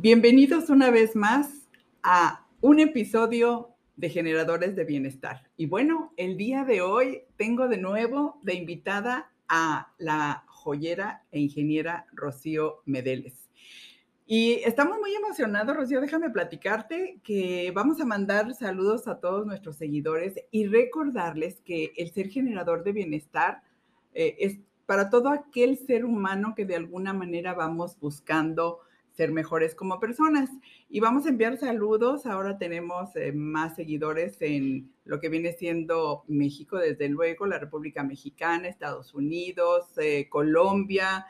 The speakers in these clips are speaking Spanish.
Bienvenidos una vez más a un episodio de Generadores de Bienestar. Y bueno, el día de hoy tengo de nuevo de invitada a la joyera e ingeniera Rocío Medeles. Y estamos muy emocionados, Rocío, déjame platicarte que vamos a mandar saludos a todos nuestros seguidores y recordarles que el ser generador de bienestar es para todo aquel ser humano que de alguna manera vamos buscando ser mejores como personas. Y vamos a enviar saludos. Ahora tenemos más seguidores en lo que viene siendo México, desde luego, la República Mexicana, Estados Unidos, Colombia.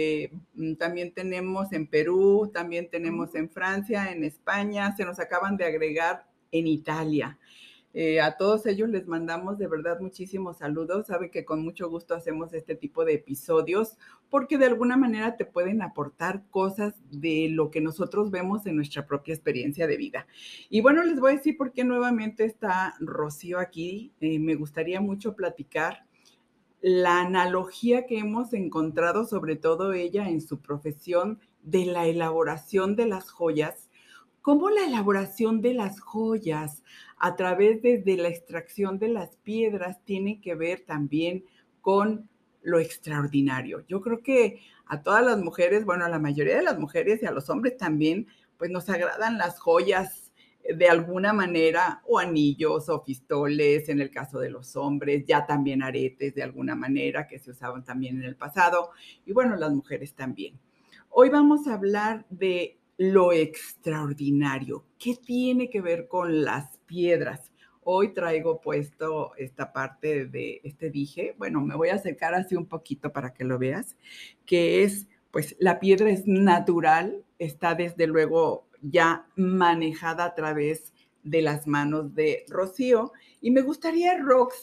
También tenemos en Perú, también tenemos en Francia, en España. Se nos acaban de agregar en Italia. A todos ellos les mandamos de verdad muchísimos saludos. Saben que con mucho gusto hacemos este tipo de episodios porque de alguna manera te pueden aportar cosas de lo que nosotros vemos en nuestra propia experiencia de vida. Y bueno, les voy a decir por qué nuevamente está Rocío aquí. Me gustaría mucho platicar la analogía que hemos encontrado, sobre todo ella en su profesión, de la elaboración de las joyas. Cómo la elaboración de las joyas a través de la extracción de las piedras tiene que ver también con lo extraordinario. Yo creo que a todas las mujeres, bueno, a la mayoría de las mujeres y a los hombres también, pues nos agradan las joyas de alguna manera, o anillos o pistoles en el caso de los hombres, ya también aretes de alguna manera que se usaban también en el pasado, y bueno, las mujeres también. Hoy vamos a hablar de lo extraordinario. ¿Qué tiene que ver con las piedras? Hoy traigo puesto esta parte de este dije, bueno, me voy a acercar así un poquito para que lo veas, que es, pues la piedra es natural, está desde luego ya manejada a través de las manos de Rocío. Y me gustaría,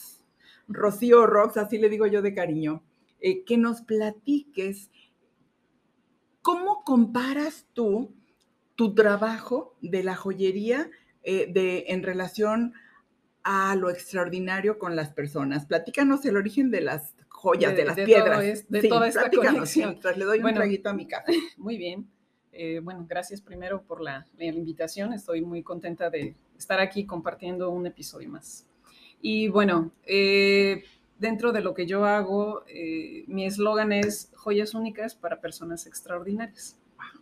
Rocío Rox, así le digo yo de cariño, que nos platiques cómo comparas tú tu trabajo de la joyería en relación a lo extraordinario con las personas. Platícanos el origen de las joyas, de las piedras. De Sí, toda esta platícanos conexión. mientras le doy un Bueno, traguito a mi café. muy bien. Bueno, gracias primero por la invitación. Estoy muy contenta de estar aquí compartiendo un episodio más. Y bueno, dentro de lo que yo hago, mi eslogan es joyas únicas para personas extraordinarias.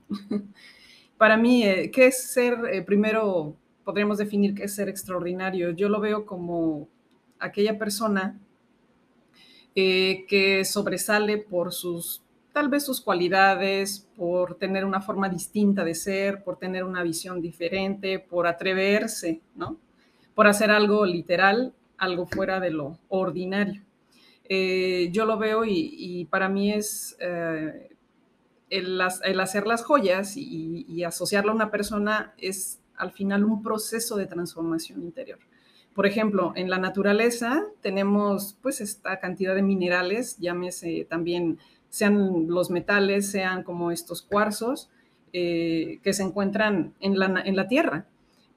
Para mí, ¿qué es ser? Primero podríamos definir qué es ser extraordinario. Yo lo veo como aquella persona que sobresale por tal vez sus cualidades, por tener una forma distinta de ser, por tener una visión diferente, por atreverse, ¿no? Por hacer algo literal, algo fuera de lo ordinario. Yo lo veo y para mí es el hacer las joyas y asociarlo a una persona es al final un proceso de transformación interior. Por ejemplo, en la naturaleza tenemos pues esta cantidad de minerales, llámese también, sean los metales, sean como estos cuarzos, que se encuentran en la tierra.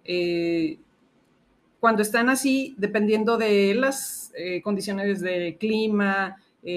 Cuando están así, dependiendo de las condiciones de clima,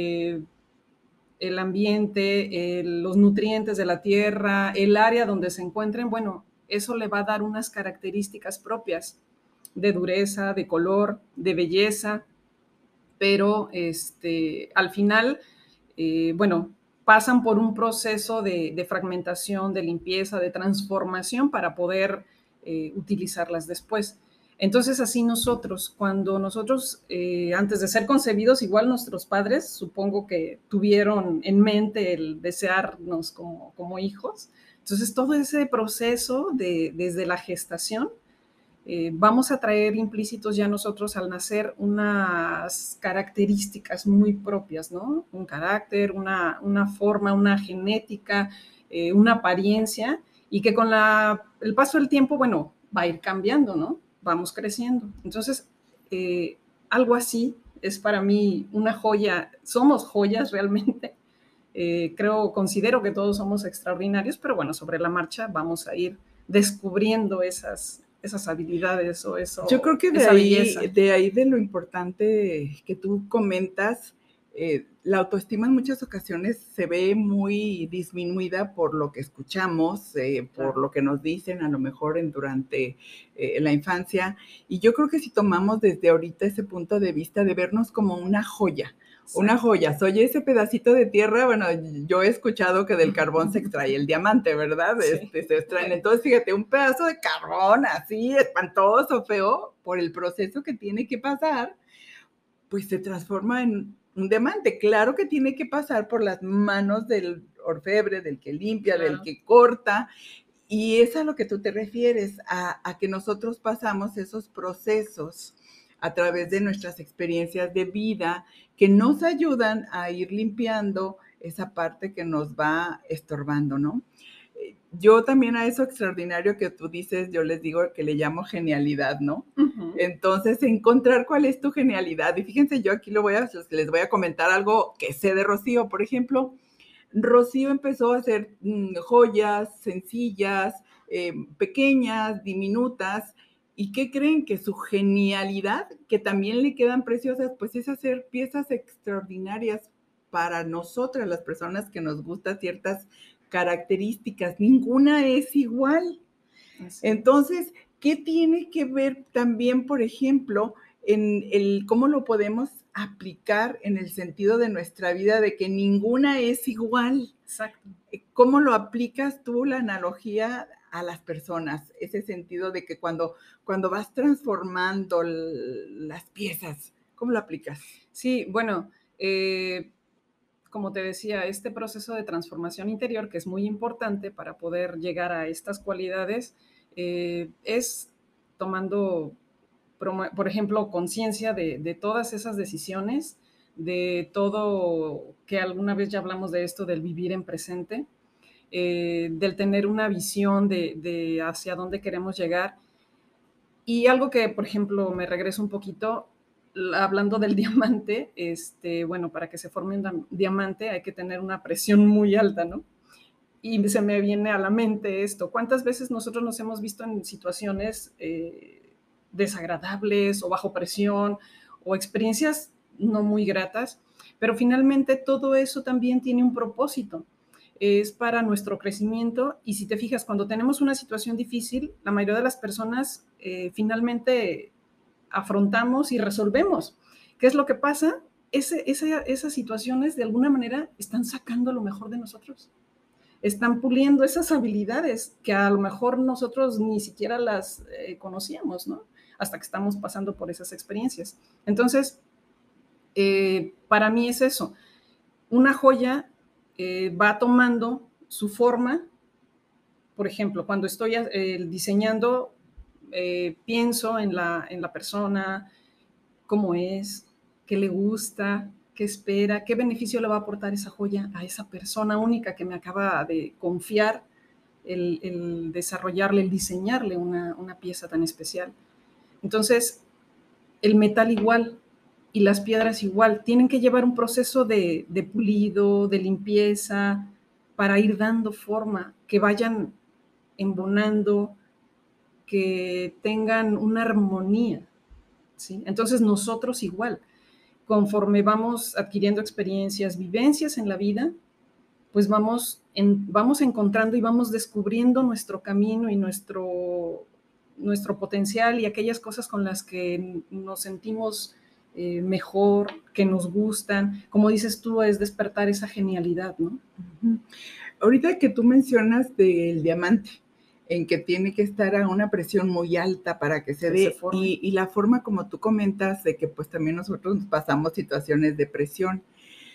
el ambiente, los nutrientes de la tierra, el área donde se encuentren, bueno, eso le va a dar unas características propias de dureza, de color, de belleza, pero al final, bueno, pasan por un proceso de fragmentación, de limpieza, de transformación para poder utilizarlas después. Entonces, así nosotros, cuando nosotros, antes de ser concebidos, igual nuestros padres, supongo que tuvieron en mente el desearnos como hijos. Entonces, todo ese proceso desde la gestación, vamos a traer implícitos ya nosotros al nacer unas características muy propias, ¿no? Un carácter, una forma, una genética, una apariencia, y que con el paso del tiempo, bueno, va a ir cambiando, ¿no? Vamos creciendo. Entonces, algo así es para mí una joya. Somos joyas realmente. Considero que todos somos extraordinarios, pero bueno, sobre la marcha vamos a ir descubriendo esas habilidades o Yo creo que esa belleza. de ahí de lo importante que tú comentas, la autoestima en muchas ocasiones se ve muy disminuida por lo que escuchamos, por lo que nos dicen a lo mejor durante la infancia. Y yo creo que si tomamos desde ahorita ese punto de vista de vernos como una joya, una joya, soy ese pedacito de tierra, bueno, yo he escuchado que del carbón se extrae el diamante, ¿verdad? Sí. Se extraen. Entonces, fíjate, un pedazo de carbón así, espantoso, feo, por el proceso que tiene que pasar, pues se transforma en un diamante. Claro que tiene que pasar por las manos del orfebre, del que limpia, Claro. del que corta, y es a lo que tú te refieres, a que nosotros pasamos esos procesos a través de nuestras experiencias de vida que nos ayudan a ir limpiando esa parte que nos va estorbando, ¿no? Yo también a eso extraordinario que tú dices, yo les digo que le llamo genialidad, ¿no? Ujú. Entonces, encontrar cuál es tu genialidad. Y fíjense, yo aquí les voy a comentar algo que sé de Rocío. Por ejemplo, Rocío empezó a hacer joyas sencillas, pequeñas, diminutas. ¿Y qué creen? Que su genialidad, que también le quedan preciosas, pues es hacer piezas extraordinarias para nosotras, las personas que nos gustan ciertas características. Ninguna es igual. Entonces, ¿qué tiene que ver también, por ejemplo, en cómo lo podemos aplicar en el sentido de nuestra vida de que ninguna es igual? Exacto. ¿Cómo lo aplicas tú, la analogía, a las personas? Ese sentido de que cuando vas transformando las piezas, ¿cómo lo aplicas? Sí, bueno, como te decía, este proceso de transformación interior, que es muy importante para poder llegar a estas cualidades, es tomando, por ejemplo, conciencia de todas esas decisiones, de todo, que alguna vez ya hablamos de esto, del vivir en presente, del tener una visión de hacia dónde queremos llegar. Y algo que, por ejemplo, me regreso un poquito, hablando del diamante, bueno, para que se forme un diamante hay que tener una presión muy alta, ¿no? Y se me viene a la mente esto, ¿cuántas veces nosotros nos hemos visto en situaciones desagradables o bajo presión o experiencias no muy gratas? Pero finalmente todo eso también tiene un propósito, es para nuestro crecimiento. Y si te fijas, cuando tenemos una situación difícil, la mayoría de las personas finalmente afrontamos y resolvemos. ¿Qué es lo que pasa? Esas situaciones de alguna manera están sacando lo mejor de nosotros. Están puliendo esas habilidades que a lo mejor nosotros ni siquiera las conocíamos, ¿no? Hasta que estamos pasando por esas experiencias. Entonces, para mí es eso. Una joya va tomando su forma. Por ejemplo, cuando estoy diseñando, pienso en la persona, cómo es, qué le gusta, qué espera, qué beneficio le va a aportar esa joya a esa persona única que me acaba de confiar el desarrollarle, el diseñarle una pieza tan especial. Entonces, el metal igual y las piedras igual, tienen que llevar un proceso de pulido, de limpieza, para ir dando forma, que vayan embonando, que tengan una armonía, ¿sí? Entonces nosotros igual, conforme vamos adquiriendo experiencias, vivencias en la vida, pues vamos encontrando y vamos descubriendo nuestro camino y nuestro potencial y aquellas cosas con las que nos sentimos mejor, que nos gustan. Como dices tú, es despertar esa genialidad, ¿no? Ahorita que tú mencionas del diamante, en que tiene que estar a una presión muy alta para que se dé, y la forma como tú comentas de que pues también nosotros pasamos situaciones de presión.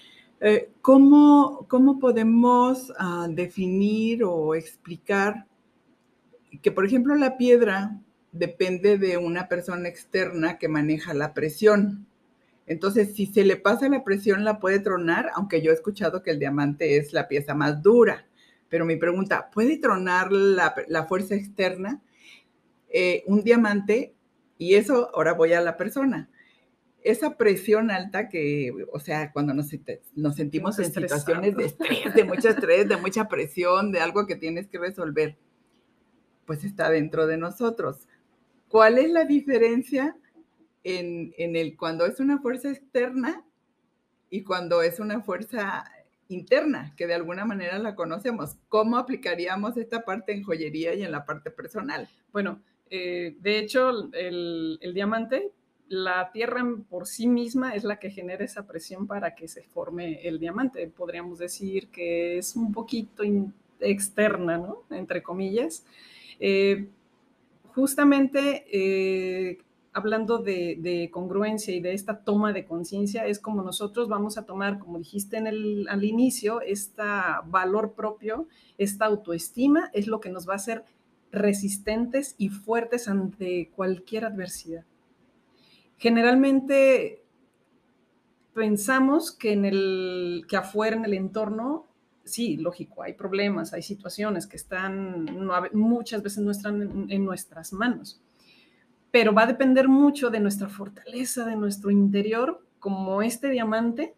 ¿Cómo podemos definir o explicar que, por ejemplo, la piedra depende de una persona externa que maneja la presión? Entonces, si se le pasa la presión, la puede tronar, aunque yo he escuchado que el diamante es la pieza más dura. Pero mi pregunta, ¿puede tronar la fuerza externa un diamante? Y eso, ahora voy a la persona. Esa presión alta que, o sea, cuando nos sentimos en situaciones de estrés, de mucho estrés, de mucha presión, de algo que tienes que resolver, pues está dentro de nosotros. ¿Cuál es la diferencia en cuando es una fuerza externa y cuando es una fuerza interna, que de alguna manera la conocemos. ¿Cómo aplicaríamos esta parte en joyería y en la parte personal? Bueno, de hecho, el diamante, la tierra por sí misma es la que genera esa presión para que se forme el diamante. Podríamos decir que es un poquito externa, ¿no? Entre comillas. Eh, justamente hablando de congruencia y de esta toma de conciencia, es como nosotros vamos a tomar, como dijiste al inicio, este valor propio, esta autoestima, es lo que nos va a hacer resistentes y fuertes ante cualquier adversidad. Generalmente pensamos que afuera en el entorno, sí, lógico, hay problemas, hay situaciones que están, muchas veces no están en nuestras manos, pero va a depender mucho de nuestra fortaleza, de nuestro interior, como este diamante,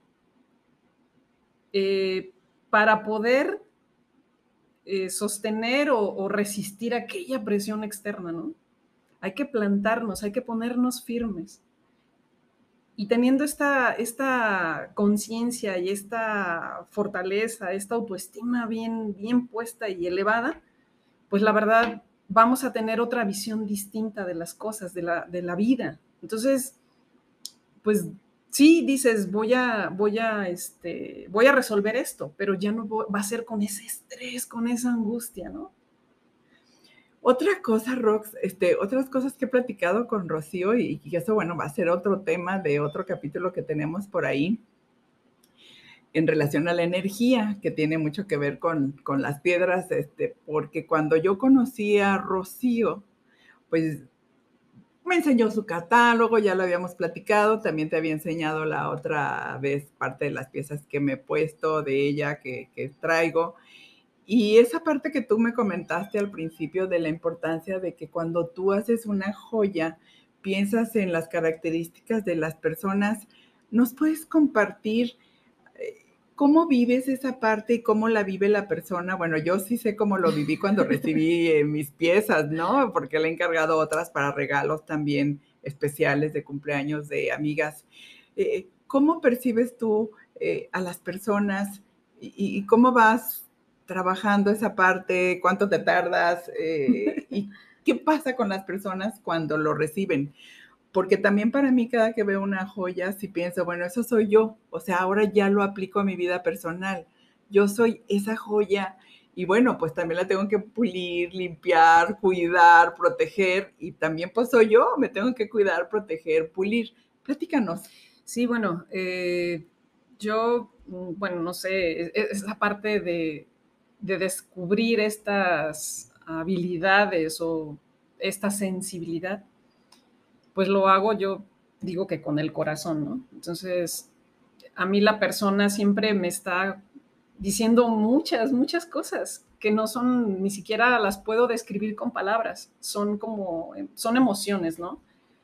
para poder sostener o resistir aquella presión externa, ¿no? Hay que plantarnos, hay que ponernos firmes. Y teniendo esta conciencia y esta fortaleza, esta autoestima bien puesta y elevada, pues la verdad vamos a tener otra visión distinta de las cosas, de la vida. Entonces, pues sí dices, voy a resolver esto, pero ya no va a ser con ese estrés, con esa angustia, ¿no? Otra cosa, Rox, otras cosas que he platicado con Rocío y eso, bueno, va a ser otro tema de otro capítulo que tenemos por ahí en relación a la energía, que tiene mucho que ver con las piedras, porque cuando yo conocí a Rocío, pues me enseñó su catálogo, ya lo habíamos platicado, también te había enseñado la otra vez parte de las piezas que me he puesto de ella, que traigo. Y esa parte que tú me comentaste al principio de la importancia de que cuando tú haces una joya, piensas en las características de las personas, ¿nos puedes compartir cómo vives esa parte y cómo la vive la persona? Bueno, yo sí sé cómo lo viví cuando recibí mis piezas, ¿no? Porque le he encargado otras para regalos también especiales de cumpleaños de amigas. ¿Cómo percibes tú a las personas y cómo vas trabajando esa parte? ¿Cuánto te tardas? ¿Y qué pasa con las personas cuando lo reciben? Porque también para mí cada que veo una joya, si pienso, bueno, eso soy yo, o sea, ahora ya lo aplico a mi vida personal. Yo soy esa joya y bueno, pues también la tengo que pulir, limpiar, cuidar, proteger y también pues soy yo, me tengo que cuidar, proteger, pulir. Platícanos. Sí, bueno, yo, bueno, no sé, esa parte de descubrir estas habilidades o esta sensibilidad, pues lo hago yo, digo que con el corazón, ¿no? Entonces, a mí la persona siempre me está diciendo muchas cosas que no son, ni siquiera las puedo describir con palabras, son como, son emociones, ¿no?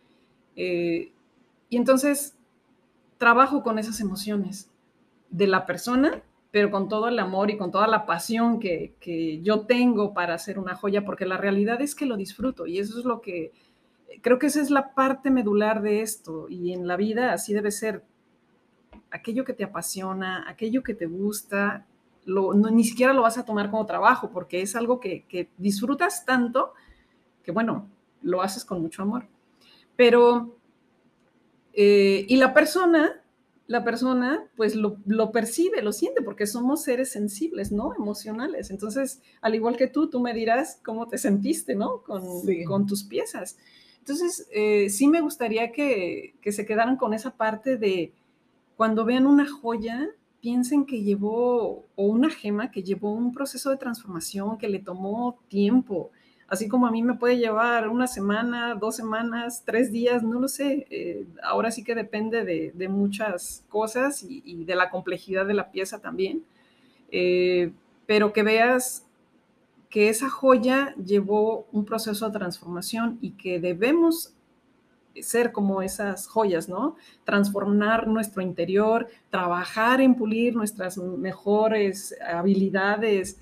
Y entonces trabajo con esas emociones de la persona, pero con todo el amor y con toda la pasión que yo tengo para hacer una joya, porque la realidad es que lo disfruto y eso es lo que, creo que esa es la parte medular de esto y en la vida así debe ser, aquello que te apasiona, aquello que te gusta, ni siquiera lo vas a tomar como trabajo porque es algo que disfrutas tanto que bueno, lo haces con mucho amor. Pero, y la persona pues lo percibe, lo siente, porque somos seres sensibles, ¿no? Emocionales. Entonces, al igual que tú me dirás cómo te sentiste, ¿no? Sí. Con tus piezas. Entonces, sí me gustaría que se quedaran con esa parte de cuando vean una joya, piensen que llevó, o una gema que llevó un proceso de transformación, que le tomó tiempo, así como a mí me puede llevar una semana, 2 semanas, 3 días, no lo sé. Ahora sí que depende de muchas cosas y de la complejidad de la pieza también. Pero que veas que esa joya llevó un proceso de transformación y que debemos ser como esas joyas, ¿no? Transformar nuestro interior, trabajar en pulir nuestras mejores habilidades,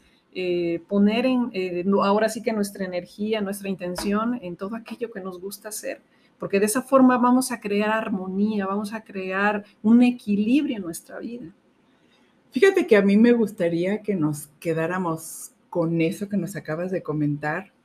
ahora sí que nuestra energía, nuestra intención en todo aquello que nos gusta hacer, porque de esa forma vamos a crear armonía, vamos a crear un equilibrio en nuestra vida. Fíjate que a mí me gustaría que nos quedáramos con eso que nos acabas de comentar,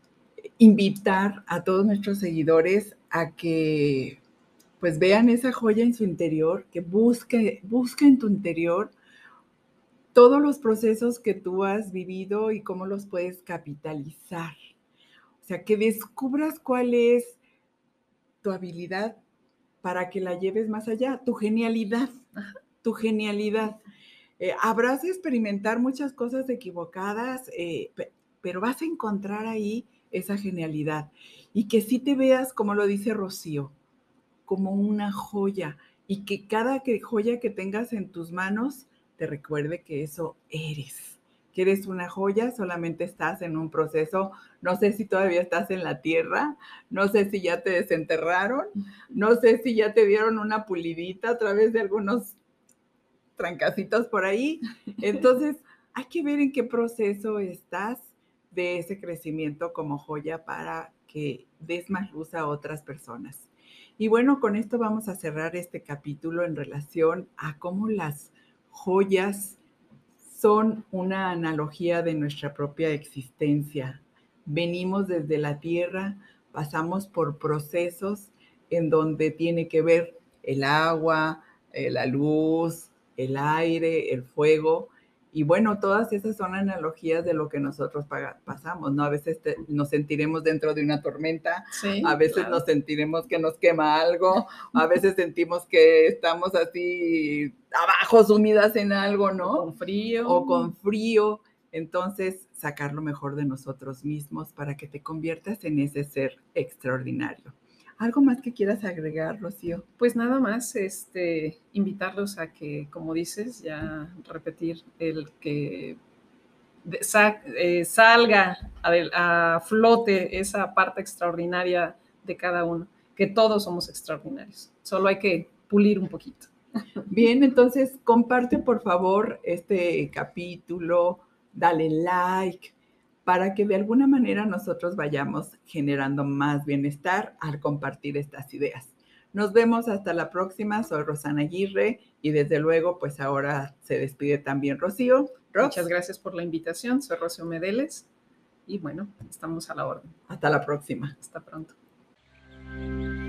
invitar a todos nuestros seguidores a que pues vean esa joya en su interior, que busque en tu interior todos los procesos que tú has vivido y cómo los puedes capitalizar. O sea, que descubras cuál es tu habilidad para que la lleves más allá, tu genialidad, tu genialidad. Habrás de experimentar muchas cosas equivocadas, pero vas a encontrar ahí esa genialidad. Y que sí te veas, como lo dice Rocío, como una joya. Y que cada joya que tengas en tus manos te recuerde que eso eres. Que eres una joya, solamente estás en un proceso. No sé si todavía estás en la tierra, no sé si ya te desenterraron, no sé si ya te dieron una pulidita a través de algunos trancacitos por ahí. Entonces, hay que ver en qué proceso estás de ese crecimiento como joya para que des más luz a otras personas. Y bueno, con esto vamos a cerrar este capítulo en relación a cómo las joyas son una analogía de nuestra propia existencia. Venimos desde la tierra, pasamos por procesos en donde tiene que ver el agua, la luz, el aire, el fuego. Y bueno, todas esas son analogías de lo que nosotros pasamos, ¿no? A veces nos sentiremos dentro de una tormenta, Sí, a veces claro. nos sentiremos que nos quema algo, a veces sentimos que estamos así abajo sumidas en algo, ¿no? O con frío. O con frío. Entonces, sacar lo mejor de nosotros mismos para que te conviertas en ese ser extraordinario. ¿Algo más que quieras agregar, Rocío? Pues nada más, invitarlos a que, como dices, ya repetir el que salga a flote esa parte extraordinaria de cada uno, que todos somos extraordinarios, solo hay que pulir un poquito. Bien, entonces comparte por favor este capítulo, dale like, para que de alguna manera nosotros vayamos generando más bienestar al compartir estas ideas. Nos vemos hasta la próxima. Soy Rosana Aguirre y desde luego, pues ahora se despide también Rocío. Muchas gracias por la invitación. Soy Rocío Medeles y bueno, estamos a la orden. Hasta la próxima. Hasta pronto.